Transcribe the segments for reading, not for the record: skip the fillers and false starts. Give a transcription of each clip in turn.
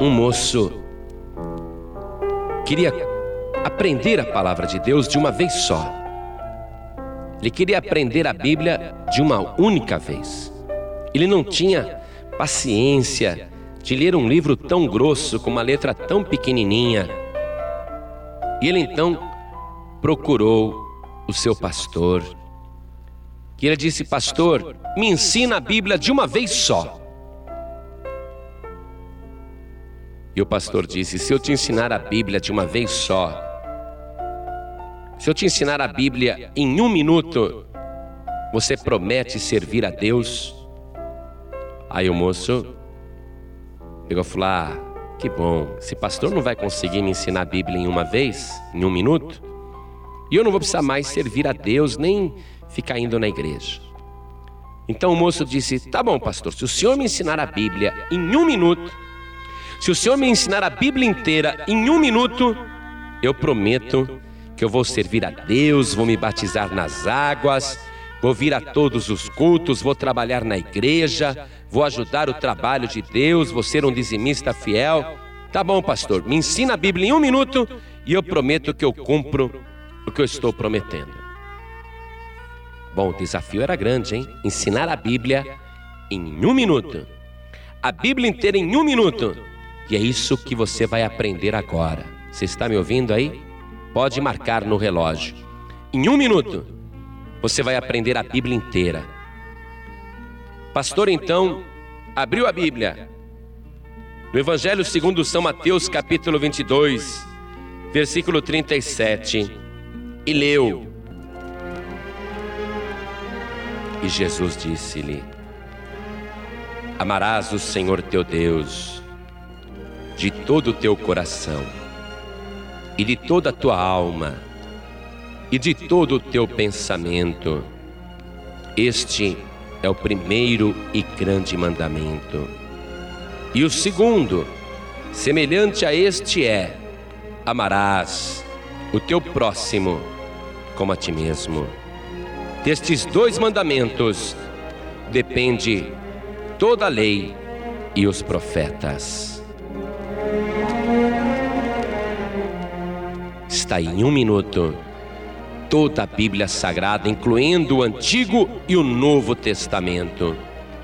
um moço queria aprender a palavra de Deus de uma vez só. Ele queria aprender a Bíblia de uma única vez. Ele não tinha paciência de ler um livro tão grosso, com uma letra tão pequenininha. E ele então procurou o seu pastor. E ele disse: pastor, me ensina a Bíblia de uma vez só. E o pastor disse: se eu te ensinar a Bíblia de uma vez só, se eu te ensinar a Bíblia em 1 minuto, você promete servir a Deus? Aí o moço pegou e falou: ah, que bom, esse pastor não vai conseguir me ensinar a Bíblia em uma vez, em 1 minuto, e eu não vou precisar mais servir a Deus, nem ficar indo na igreja. Então o moço disse: tá bom, pastor, se o senhor me ensinar a Bíblia em 1 minuto, se o senhor me ensinar a Bíblia inteira em 1 minuto, eu prometo que eu vou servir a Deus, vou me batizar nas águas, vou vir a todos os cultos, vou trabalhar na igreja, vou ajudar o trabalho de Deus, vou ser um dizimista fiel. Tá bom, pastor, me ensina a Bíblia em 1 minuto e eu prometo que eu cumpro o que eu estou prometendo. Bom, o desafio era grande, hein? Ensinar a Bíblia em 1 minuto. A Bíblia inteira em 1 minuto. E é isso que você vai aprender agora. Você está me ouvindo aí? Pode marcar no relógio. Em 1 minuto, você vai aprender a Bíblia inteira. Pastor, então, abriu a Bíblia no Evangelho segundo São Mateus, capítulo 22, versículo 37, e leu. E Jesus disse-lhe: amarás o Senhor teu Deus de todo o teu coração, e de toda a tua alma, e de todo o teu pensamento. Este é o primeiro e grande mandamento. E o segundo, semelhante a este, é: amarás o teu próximo como a ti mesmo. Destes 2 mandamentos depende toda a lei e os profetas. Está aí em 1 minuto toda a Bíblia Sagrada, incluindo o Antigo e o Novo Testamento.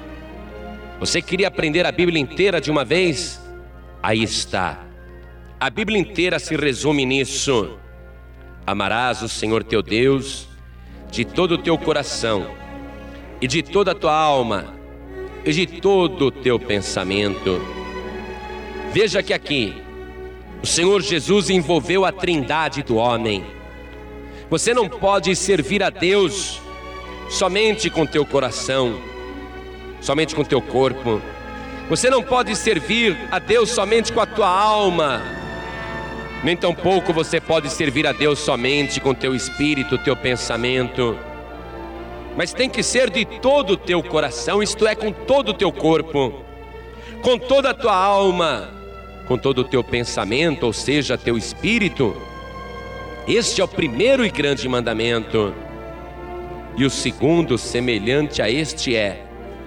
Você queria aprender a Bíblia inteira de uma vez? Aí está. A Bíblia inteira se resume nisso: amarás o Senhor teu Deus de todo o teu coração, e de toda a tua alma, e de todo o teu pensamento. Veja que aqui o Senhor Jesus envolveu a trindade do homem. Você não pode servir a Deus somente com teu coração, somente com teu corpo. Você não pode servir a Deus somente com a tua alma. Nem tampouco você pode servir a Deus somente com teu espírito, teu pensamento. Mas tem que ser de todo o teu coração, isto é, com todo o teu corpo, com toda a tua alma, com todo o teu pensamento, ou seja, teu espírito. Este é o primeiro e grande mandamento. E o segundo, semelhante a este, é: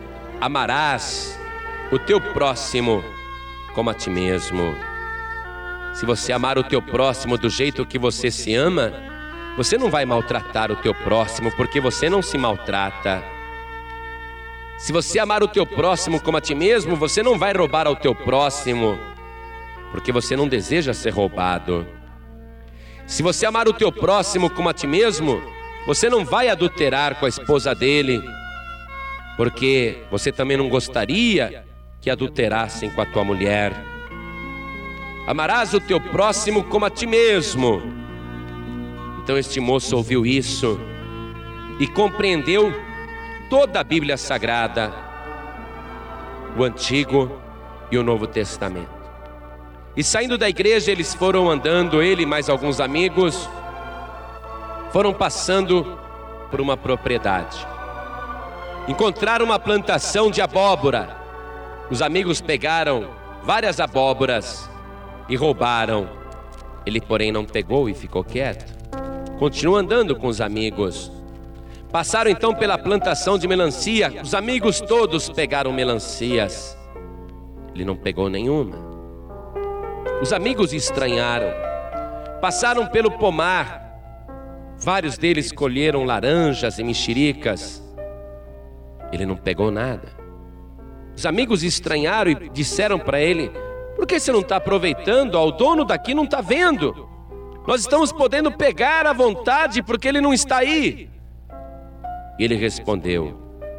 amarás o teu próximo como a ti mesmo. Se você amar o teu próximo do jeito que você se ama, você não vai maltratar o teu próximo, porque você não se maltrata. Se você amar o teu próximo como a ti mesmo, você não vai roubar ao teu próximo, porque você não deseja ser roubado. Se você amar o teu próximo como a ti mesmo, você não vai adulterar com a esposa dele, porque você também não gostaria que adulterassem com a tua mulher. Amarás o teu próximo como a ti mesmo. Então este moço ouviu isso e compreendeu toda a Bíblia Sagrada, o Antigo e o Novo Testamento. E saindo da igreja, eles foram andando, ele e mais alguns amigos, foram passando por uma propriedade. Encontraram uma plantação de abóbora. Os amigos pegaram várias abóboras e roubaram. Ele, porém, não pegou e ficou quieto. Continuou andando com os amigos. Passaram então pela plantação de melancia. Os amigos todos pegaram melancias. Ele não pegou nenhuma. Os amigos estranharam. Passaram pelo pomar. Vários deles colheram laranjas e mexericas. Ele não pegou nada. Os amigos estranharam e disseram para ele: por que você não está aproveitando? O dono daqui não está vendo. Nós estamos podendo pegar à vontade porque ele não está aí. E ele respondeu: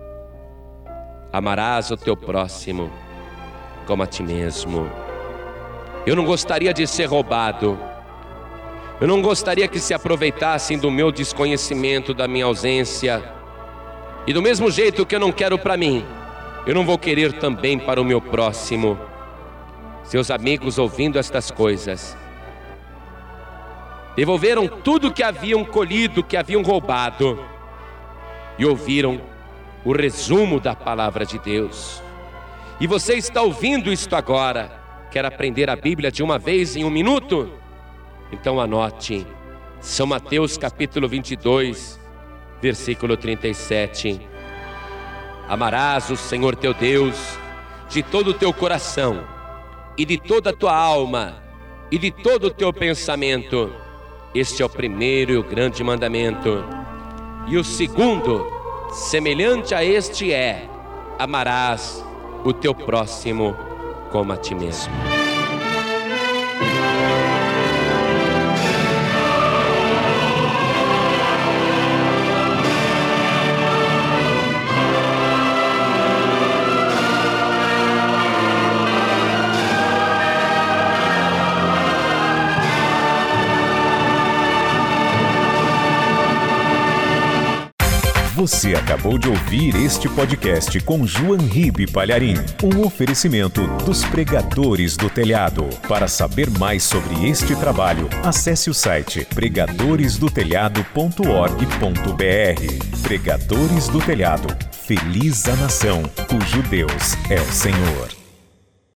amarás o teu próximo como a ti mesmo. Eu não gostaria de ser roubado. Eu não gostaria que se aproveitassem do meu desconhecimento, da minha ausência. E do mesmo jeito que eu não quero para mim, eu não vou querer também para o meu próximo. Seus amigos, ouvindo estas coisas, devolveram tudo que haviam colhido, que haviam roubado, e ouviram o resumo da palavra de Deus. E você está ouvindo isto agora? Quer aprender a Bíblia de uma vez em 1 minuto? Então anote, São Mateus capítulo 22, versículo 37. Amarás o Senhor teu Deus de todo o teu coração, e de toda a tua alma, e de todo o teu pensamento. Este é o primeiro e o grande mandamento. E o segundo, semelhante a este, é: amarás o teu próximo como a ti mesmo. Você acabou de ouvir este podcast com João Ribe Palharim, um oferecimento dos Pregadores do Telhado. Para saber mais sobre este trabalho, acesse o site pregadoresdotelhado.org.br. Pregadores do Telhado, feliz a nação cujo Deus é o Senhor.